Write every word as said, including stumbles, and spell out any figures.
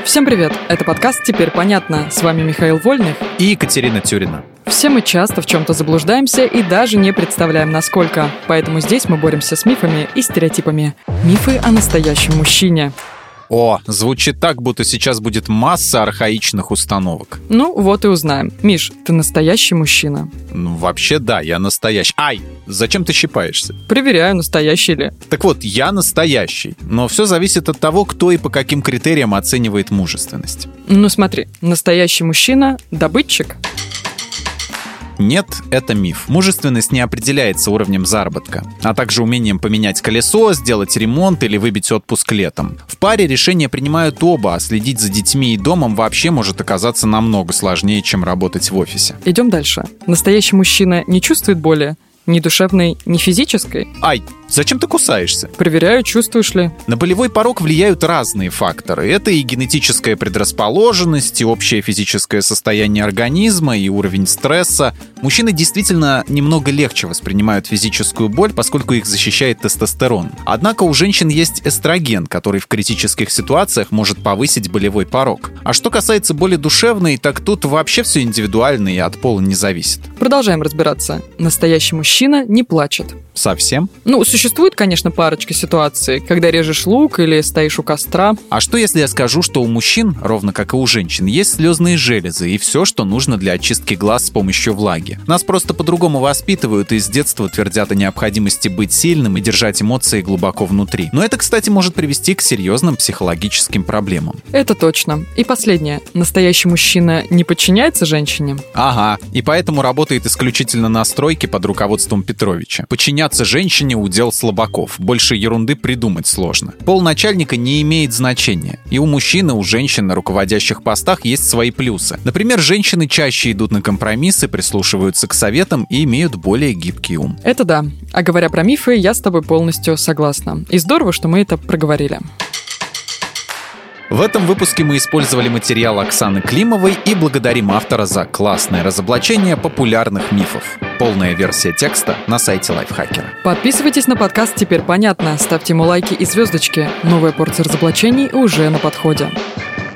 Всем привет! Это подкаст «Теперь понятно». С вами Михаил Вольных и Екатерина Тюрина. Все мы часто в чем-то заблуждаемся и даже не представляем, насколько. Поэтому здесь мы боремся с мифами и стереотипами. Мифы о настоящем мужчине. О, звучит так, будто сейчас будет масса архаичных установок. Ну, вот и узнаем. Миш, ты настоящий мужчина? Ну, вообще да, я настоящий. Ай, зачем ты щипаешься? Проверяю, настоящий ли. Так вот, я настоящий, но все зависит от того, кто и по каким критериям оценивает мужественность. Ну смотри, настоящий мужчина – добытчик. Нет, это миф. Мужественность не определяется уровнем заработка, а также умением поменять колесо, сделать ремонт или выбить отпуск летом. В паре решения принимают оба, а следить за детьми и домом вообще может оказаться намного сложнее, чем работать в офисе. Идем дальше. Настоящий мужчина не чувствует боли? Ни душевной, ни физической? Ай, зачем ты кусаешься? Проверяю, чувствуешь ли. На болевой порог влияют разные факторы. Это и генетическая предрасположенность, и общее физическое состояние организма, и уровень стресса. Мужчины действительно немного легче воспринимают физическую боль, поскольку их защищает тестостерон. Однако у женщин есть эстроген, который в критических ситуациях может повысить болевой порог. А что касается боли душевной, так тут вообще все индивидуально и от пола не зависит. Продолжаем разбираться. Настоящий мужчина не плачет. Совсем? Ну, существует, конечно, парочка ситуаций, когда режешь лук или стоишь у костра. А что, если я скажу, что у мужчин, ровно как и у женщин, есть слезные железы и все, что нужно для очистки глаз с помощью влаги? Нас просто по-другому воспитывают и с детства твердят о необходимости быть сильным и держать эмоции глубоко внутри. Но это, кстати, может привести к серьезным психологическим проблемам. Это точно. И последнее. Настоящий мужчина не подчиняется женщине? Ага. И поэтому работает исключительно на стройке под руководством Петровича. Подчиняться женщине удел слабаков. Больше ерунды придумать сложно. Пол начальника не имеет значения. И у мужчин, и у женщин на руководящих постах есть свои плюсы. Например, женщины чаще идут на компромиссы, прислушиваются к советам и имеют более гибкий ум. Это да. А говоря про мифы, я с тобой полностью согласна. И здорово, что мы это проговорили. В этом выпуске мы использовали материал Оксаны Климовой и благодарим автора за классное разоблачение популярных мифов. Полная версия текста на сайте Лайфхакера. Подписывайтесь на подкаст «Теперь понятно», ставьте ему лайки и звездочки. Новая порция разоблачений уже на подходе.